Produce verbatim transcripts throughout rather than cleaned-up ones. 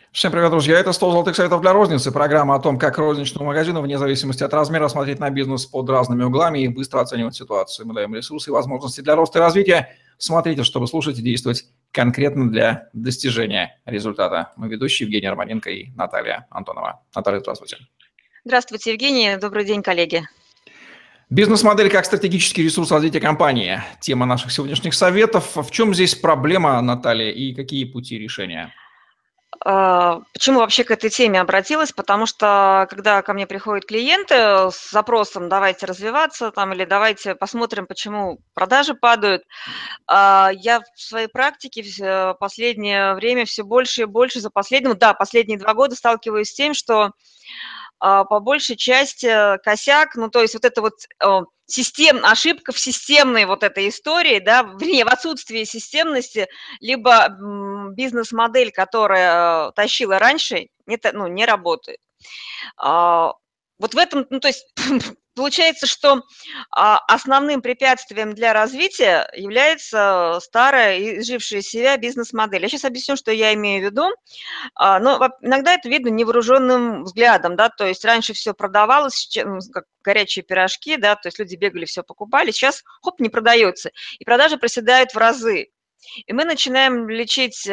Всем привет, друзья! Это сто золотых советов для розницы. Программа о том, как розничному магазину, вне зависимости от размера, смотреть на бизнес под разными углами и быстро оценивать ситуацию. Мы даем ресурсы и возможности для роста и развития. Смотрите, чтобы слушать и действовать конкретно для достижения результата. Мы ведущие Евгений Романенко и Наталья Антонова. Наталья, здравствуйте. Здравствуйте, Евгений. Добрый день, коллеги. Бизнес-модель как стратегический ресурс развития компании. Тема наших сегодняшних советов. В чем здесь проблема, Наталья, и какие пути решения? Почему вообще к этой теме обратилась? Потому что, когда ко мне приходят клиенты с запросом «давайте развиваться» там, или «давайте посмотрим, почему продажи падают», я в своей практике в последнее время все больше и больше за последние, да, последние два года сталкиваюсь с тем, что по большей части косяк, ну, то есть вот это вот систем, ошибка в системной вот этой истории, да, вернее, в отсутствии системности, либо бизнес-модель, которая тащила раньше, это, ну, не работает. Вот в этом, ну, то есть получается, что основным препятствием для развития является старая и изжившая себя бизнес-модель. Я сейчас объясню, что я имею в виду. Но иногда это видно невооруженным взглядом, да, то есть раньше все продавалось, как горячие пирожки, да, то есть люди бегали, все покупали, сейчас, хоп, не продается, и продажи проседают в разы. И мы начинаем лечить,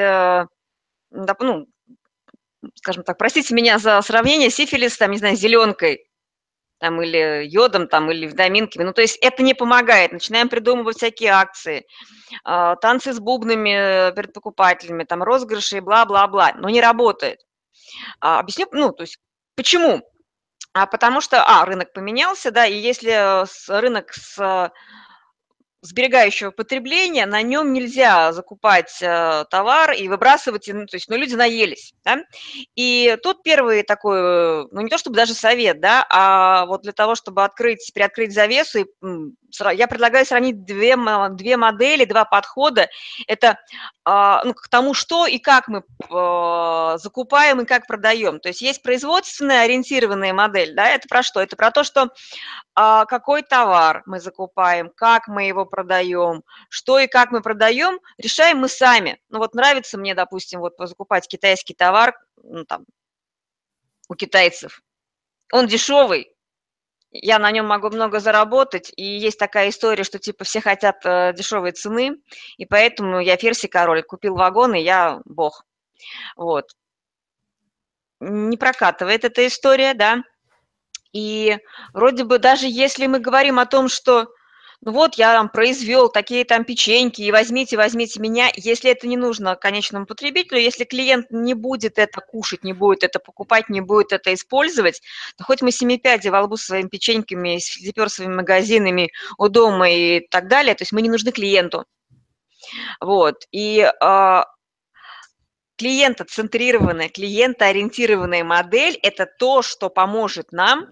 ну, скажем так, простите меня за сравнение, сифилис, там, не знаю, зеленкой, там, или йодом, там, или витаминками. Ну, то есть это не помогает. Начинаем придумывать всякие акции, танцы с бубнами перед покупателями, там, розыгрыши и бла-бла-бла. Но не работает. Объясню, ну, то есть почему? А потому что, а, рынок поменялся, да, и если с рынок с сберегающего потребления, на нем нельзя закупать э, товар и выбрасывать, ну, то есть, ну, люди наелись, да? И тут первый такой, ну, не то чтобы даже совет, да, а вот для того, чтобы открыть, приоткрыть завесу, и, я предлагаю сравнить две, две модели, два подхода. Это а, ну, к тому, что и как мы а, закупаем и как продаем. То есть есть производственная ориентированная модель, да, это про что? Это про то, что а, какой товар мы закупаем, как мы его продаем, что и как мы продаем, решаем мы сами. Ну вот нравится мне, допустим, вот закупать китайский товар, ну, там, у китайцев. Он дешевый, я на нем могу много заработать, и есть такая история, что типа все хотят э, дешевой цены, и поэтому я ферзь и король, купил вагон, и я бог. Вот. Не прокатывает эта история, да. И вроде бы даже если мы говорим о том, что ну вот я там произвел такие там печеньки, и возьмите, возьмите меня, если это не нужно конечному потребителю, если клиент не будет это кушать, не будет это покупать, не будет это использовать, то хоть мы семи пядей во лбу своими печеньками, с физиперсовыми магазинами у дома и так далее, то есть мы не нужны клиенту. Вот. И а, клиентоцентрированная, клиентоориентированная модель – это то, что поможет нам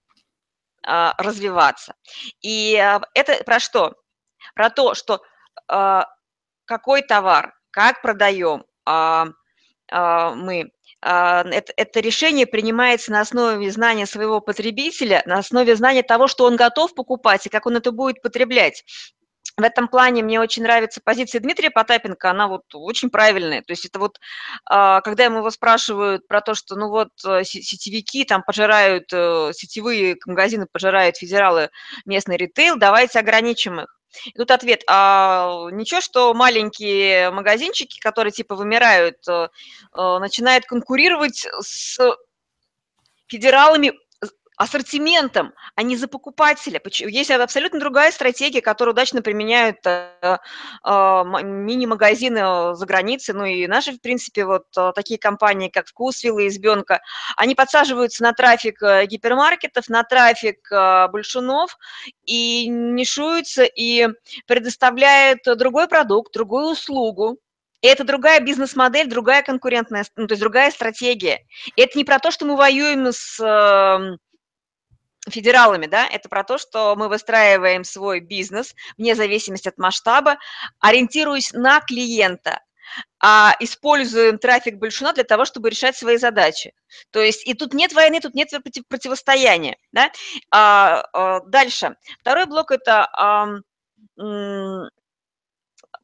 а, развиваться. И а, это про что? Про то, что а, какой товар, как продаем а, а, мы. А, это, это решение принимается на основе знания своего потребителя, на основе знания того, что он готов покупать и как он это будет потреблять. В этом плане мне очень нравится позиция Дмитрия Потапенко, она вот очень правильная. То есть это вот, а, когда ему его спрашивают про то, что ну вот э, се- сетевики там пожирают, э, сетевые магазины пожирают федералы местный ритейл, давайте ограничим их. И тут ответ, а ничего, что маленькие магазинчики, которые типа вымирают, э, э, начинают конкурировать с федералами ассортиментом, а не за покупателя. Есть абсолютно другая стратегия, которую удачно применяют э, э, мини-магазины за границей, ну и наши, в принципе, вот э, такие компании, как Вкусвилл и Избенка, они подсаживаются на трафик э, гипермаркетов, на трафик э, большунов и нишуются, и предоставляют другой продукт, другую услугу. И это другая бизнес-модель, другая конкурентная, ну, то есть другая стратегия. И это не про то, что мы воюем с э, федералами, да, это про то, что мы выстраиваем свой бизнес вне зависимости от масштаба, ориентируясь на клиента, а используем трафик большуна для того, чтобы решать свои задачи. То есть и тут нет войны, тут нет против, противостояния. Да? А, а, дальше. Второй блок – это а, м,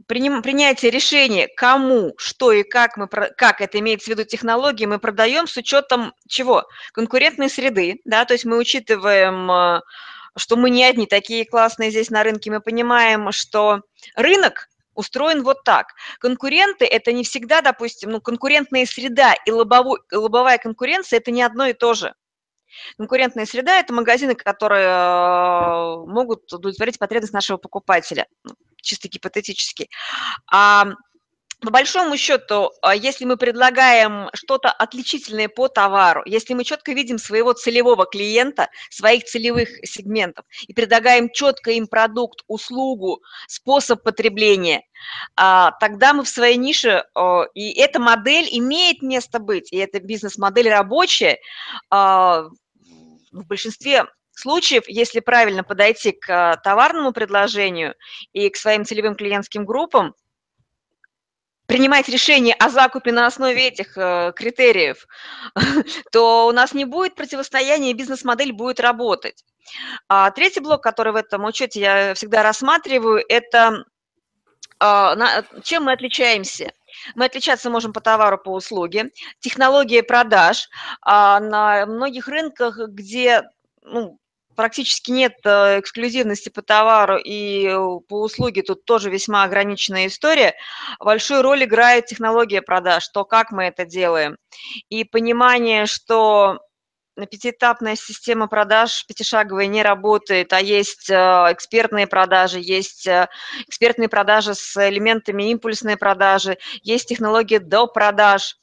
приним, принятие решения, кому, что и как, мы, как это имеется в виду технологии, мы продаем с учетом чего? Конкурентной среды, да, то есть мы учитываем, что мы не одни такие классные здесь на рынке, мы понимаем, что рынок устроен вот так. Конкуренты – это не всегда, допустим, ну, конкурентная среда и лобовой, лобовая конкуренция – это не одно и то же. Конкурентная среда – это магазины, которые могут удовлетворить потребность нашего покупателя, чисто гипотетически. А по большому счету, если мы предлагаем что-то отличительное по товару, если мы четко видим своего целевого клиента, своих целевых сегментов, и предлагаем четко им продукт, услугу, способ потребления, тогда мы в своей нише, и эта модель имеет место быть, и эта бизнес-модель рабочая, в большинстве случаев, если правильно подойти к товарному предложению и к своим целевым клиентским группам, принимать решение о закупе на основе этих э, критериев, то у нас не будет противостояния, и бизнес-модель будет работать. А третий блок, который в этом учете я всегда рассматриваю, это э, на, чем мы отличаемся. Мы отличаться можем по товару, по услуге, технология продаж. А на многих рынках, где ну, практически нет эксклюзивности по товару и по услуге, тут тоже весьма ограниченная история. Большую роль играет технология продаж, то, как мы это делаем. И понимание, что пятиэтапная система продаж пятишаговая не работает, а есть экспертные продажи, есть экспертные продажи с элементами импульсной продажи, есть технология до продаж,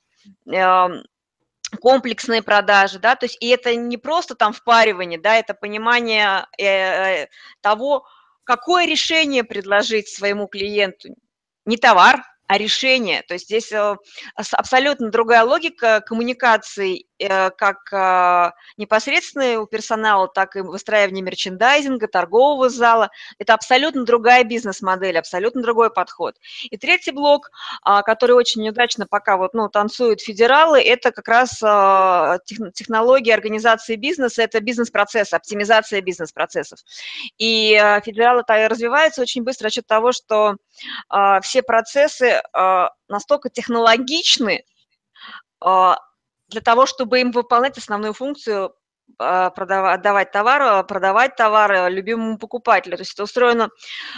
комплексные продажи, да, то есть и это не просто там впаривание, да, это понимание э, того, какое решение предложить своему клиенту, не товар, а решение, то есть здесь э, абсолютно другая логика коммуникации, э, как э, непосредственно у персонала, так и выстраивания мерчендайзинга, торгового зала, это абсолютно другая бизнес-модель, абсолютно другой подход. И третий блок, э, который очень неудачно пока вот, ну, танцуют федералы, это как раз э, технология организации бизнеса, это бизнес-процесс, оптимизация бизнес-процессов. И э, федералы развиваются очень быстро за счет того, что э, все процессы настолько технологичны для того, чтобы им выполнять основную функцию продавать, отдавать товар, продавать товары любимому покупателю. То есть это устроено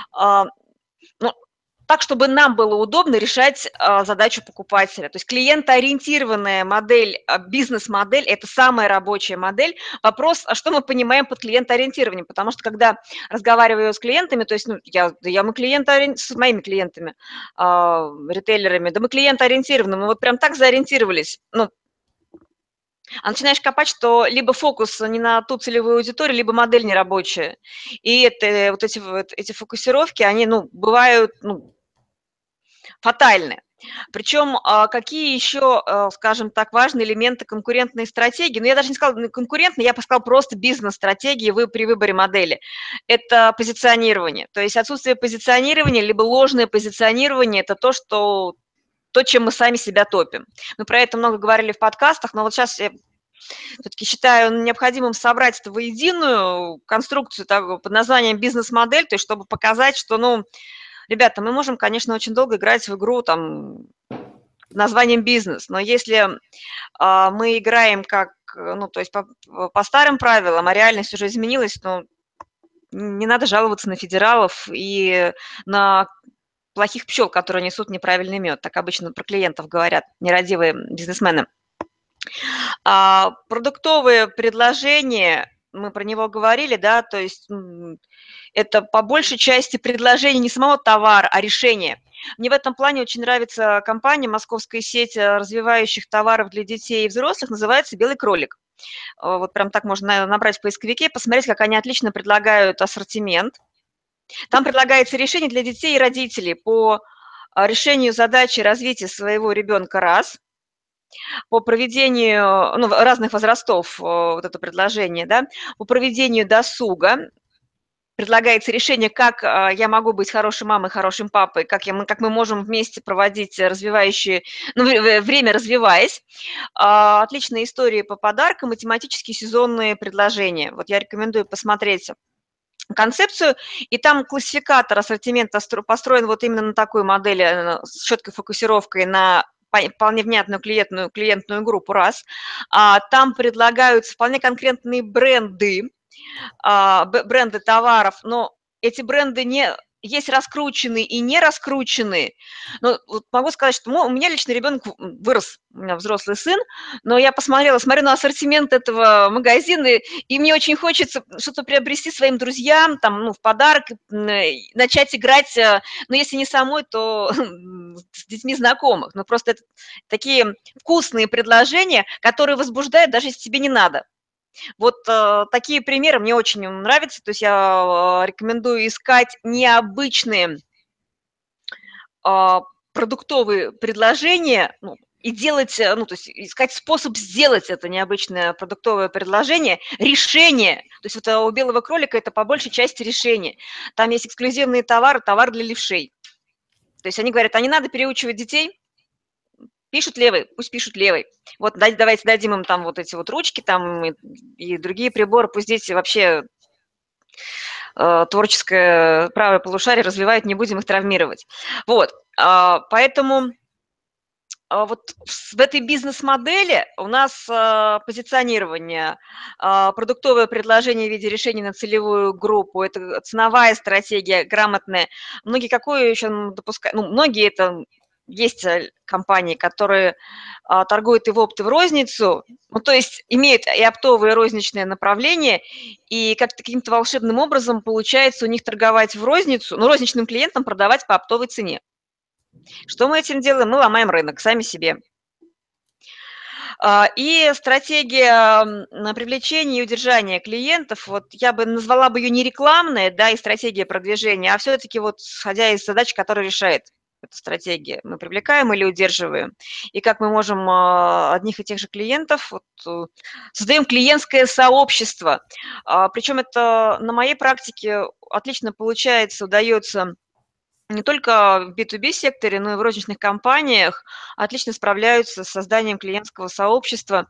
ну, так, чтобы нам было удобно решать задачу покупателя. То есть клиентоориентированная модель, бизнес-модель – это самая рабочая модель. Вопрос, а что мы понимаем под клиентоориентированием? Потому что когда разговариваю с клиентами, то есть ну, я, я мы клиентоориентированы, с моими клиентами, э, ритейлерами, да мы клиентоориентированы, мы вот прям так зоориентировались, ну, а начинаешь копать, что либо фокус не на ту целевую аудиторию, либо модель нерабочая. И это, вот эти, вот эти фокусировки, они ну, бывают ну, фатальны. Причем какие еще, скажем так, важные элементы конкурентной стратегии, ну я даже не сказала конкурентной, я бы сказала просто бизнес-стратегии вы при выборе модели. Это позиционирование. То есть отсутствие позиционирования, либо ложное позиционирование – это то, что, то, чем мы сами себя топим. Мы про это много говорили в подкастах, но вот сейчас я все-таки считаю необходимым собрать это воединую конструкцию так, под названием бизнес-модель, то есть чтобы показать, что, ну, ребята, мы можем, конечно, очень долго играть в игру там названием бизнес, но если а, мы играем как, ну, то есть по, по старым правилам, а реальность уже изменилась, ну, не надо жаловаться на федералов и на плохих пчел, которые несут неправильный мед. Так обычно про клиентов говорят нерадивые бизнесмены. А, продуктовые предложения, мы про него говорили, да, то есть это по большей части предложение не самого товара, а решения. Мне в этом плане очень нравится компания, московская сеть развивающих товаров для детей и взрослых, называется «Белый кролик». Вот прям так можно набрать в поисковике, посмотреть, как они отлично предлагают ассортимент. Там предлагается решение для детей и родителей по решению задачи развития своего ребенка раз, по проведению ну, разных возрастов, вот это предложение, да, по проведению досуга. Предлагается решение, как я могу быть хорошей мамой, хорошим папой, как, я, как мы можем вместе проводить развивающие, ну, время развиваясь. Отличные истории по подаркам и тематические сезонные предложения. Вот я рекомендую посмотреть концепцию, и там классификатор ассортимента построен вот именно на такой модели с четкой фокусировкой на вполне внятную клиентную, клиентную группу, раз. А, там предлагаются вполне конкретные бренды, а, бренды товаров, но эти бренды не есть раскрученные и не раскрученные. Но вот могу сказать, что у меня лично ребенок вырос, у меня взрослый сын, но я посмотрела, смотрю на ассортимент этого магазина, и мне очень хочется что-то приобрести своим друзьям, там, ну, в подарок, начать играть, ну, если не самой, то с детьми знакомых. Ну, просто это такие вкусные предложения, которые возбуждают, даже если тебе не надо. Вот э, такие примеры мне очень нравятся, то есть я э, рекомендую искать необычные э, продуктовые предложения, ну, и делать, ну, то есть искать способ сделать это необычное продуктовое предложение, решение. То есть вот у белого кролика это по большей части решение. Там есть эксклюзивные товары, товар для левшей. То есть они говорят, а не надо переучивать детей, пишут левый, пусть пишут левый. Вот давайте дадим им там вот эти вот ручки там и, и другие приборы, пусть дети вообще э, творческое правое полушарие развивают, не будем их травмировать. Вот, э, поэтому э, вот в этой бизнес-модели у нас э, позиционирование, э, продуктовое предложение в виде решения на целевую группу, это ценовая стратегия грамотная. Многие какую еще допускают, ну, многие это... Есть компании, которые а, торгуют и в опт, и в розницу, ну, то есть имеют и оптовое, и розничное направление, и как-то каким-то волшебным образом получается у них торговать в розницу, но розничным клиентам продавать по оптовой цене. Что мы этим делаем? Мы ломаем рынок сами себе. И стратегия привлечения и удержания клиентов, вот я бы назвала бы ее не рекламная, да, и стратегия продвижения, а все-таки вот исходя из задач, которые решает эта стратегия. Мы привлекаем или удерживаем. И как мы можем одних и тех же клиентов, вот, создаем клиентское сообщество. Причем это на моей практике отлично получается, удается не только в би ту би секторе, но и в розничных компаниях отлично справляются с созданием клиентского сообщества.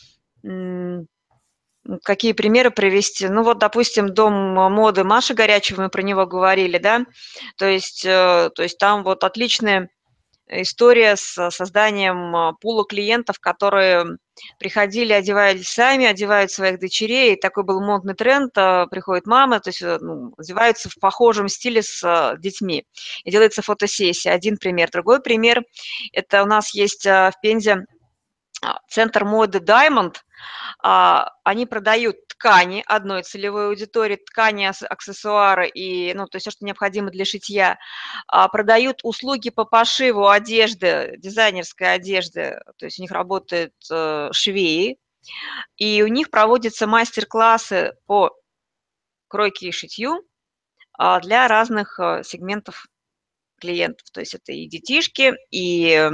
Какие примеры привести? Ну вот, допустим, дом моды Маши Горячева, мы про него говорили, да, то есть, то есть там вот отличная история с созданием пула клиентов, которые приходили, одевались сами, одевают своих дочерей. Такой был модный тренд, приходит мама, то есть ну, одеваются в похожем стиле с детьми. И делается фотосессия. Один пример. Другой пример, это у нас есть в Пензе центр моды Diamond. Они продают ткани одной целевой аудитории, ткани, аксессуары и, ну, то есть все, что необходимо для шитья. Продают услуги по пошиву одежды, дизайнерской одежды, то есть у них работают швеи, и у них проводятся мастер-классы по кройке и шитью для разных сегментов клиентов. То есть это и детишки, и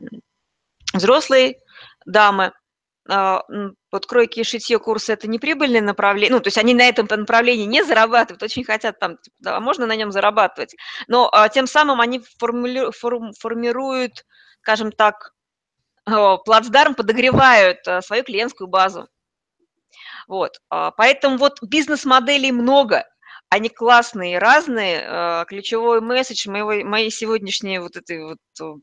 взрослые дамы. Вот кройки и шитье курсы – это неприбыльное направление, ну, то есть они на этом направлении не зарабатывают, очень хотят там, да, можно на нем зарабатывать, но а, тем самым они формулю, форм, формируют, скажем так, плацдарм, подогревают а, свою клиентскую базу. Вот, а, поэтому вот бизнес-моделей много, они классные, разные. А, ключевой месседж моего, моей сегодняшней вот этой вот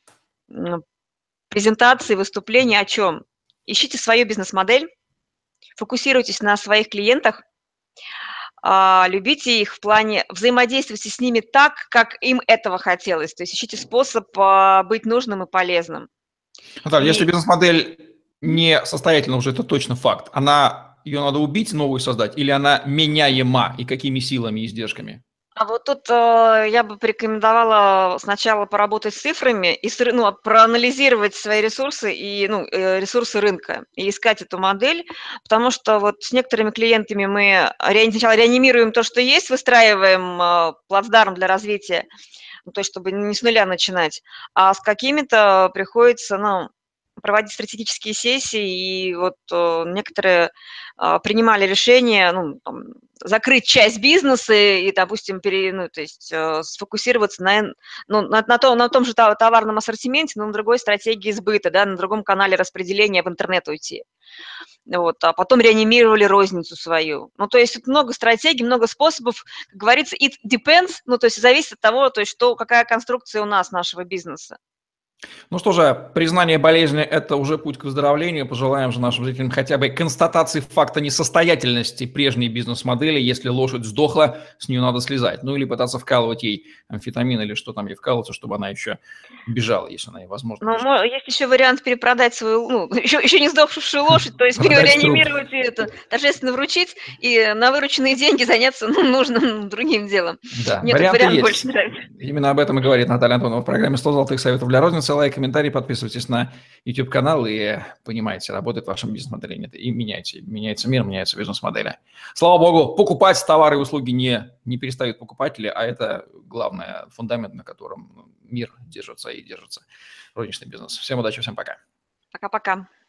презентации, выступления о чем? Ищите свою бизнес-модель, фокусируйтесь на своих клиентах, любите их в плане, взаимодействуйте с ними так, как им этого хотелось. То есть ищите способ быть нужным и полезным. Наталья, и... если бизнес-модель не состоятельна уже, это точно факт. Она, ее надо убить, новую создать, или она меняема, и какими силами и издержками? А вот тут э, я бы порекомендовала сначала поработать с цифрами и ну, проанализировать свои ресурсы и ну, ресурсы рынка и искать эту модель, потому что вот с некоторыми клиентами мы сначала реанимируем то, что есть, выстраиваем э, плацдарм для развития, ну, то есть чтобы не с нуля начинать, а с какими-то приходится, ну, проводить стратегические сессии, и вот э, некоторые э, принимали решение, ну, там, закрыть часть бизнеса и, допустим, пере, ну, то есть э, сфокусироваться на, ну, на, на, том, на том же товарном ассортименте, но на другой стратегии сбыта, да, на другом канале распределения в интернет уйти. Вот, а потом реанимировали розницу свою. Ну, то есть тут много стратегий, много способов, как говорится, it depends, ну, то есть зависит от того, то есть что, какая конструкция у нас нашего бизнеса. Ну что же, признание болезни – это уже путь к выздоровлению. Пожелаем же нашим зрителям хотя бы констатации факта несостоятельности прежней бизнес-модели. Если лошадь сдохла, с нее надо слезать. Ну или пытаться вкалывать ей амфетамин или что там ей вкалываться, чтобы она еще бежала, если она ей возможно Ну, бежать. есть еще вариант перепродать свою, ну, еще, еще не сдохшую лошадь, то есть Продать труп. реанимировать ее, это, торжественно вручить и на вырученные деньги заняться ну, нужным другим делом. Да, Мне этот варианты вариант больше есть. нравится. Именно об этом и говорит Наталья Антонова в программе сто золотых советов для розницы. Лайк, комментарий, подписывайтесь на YouTube-канал и понимаете, работает ваша бизнес-модель или нет. И меняйте. Меняется мир, меняются бизнес-модели. Слава богу, покупать товары и услуги не, не перестают покупатели, а это главный фундамент, на котором мир держится и держится розничный бизнес. Всем удачи, всем пока. Пока-пока.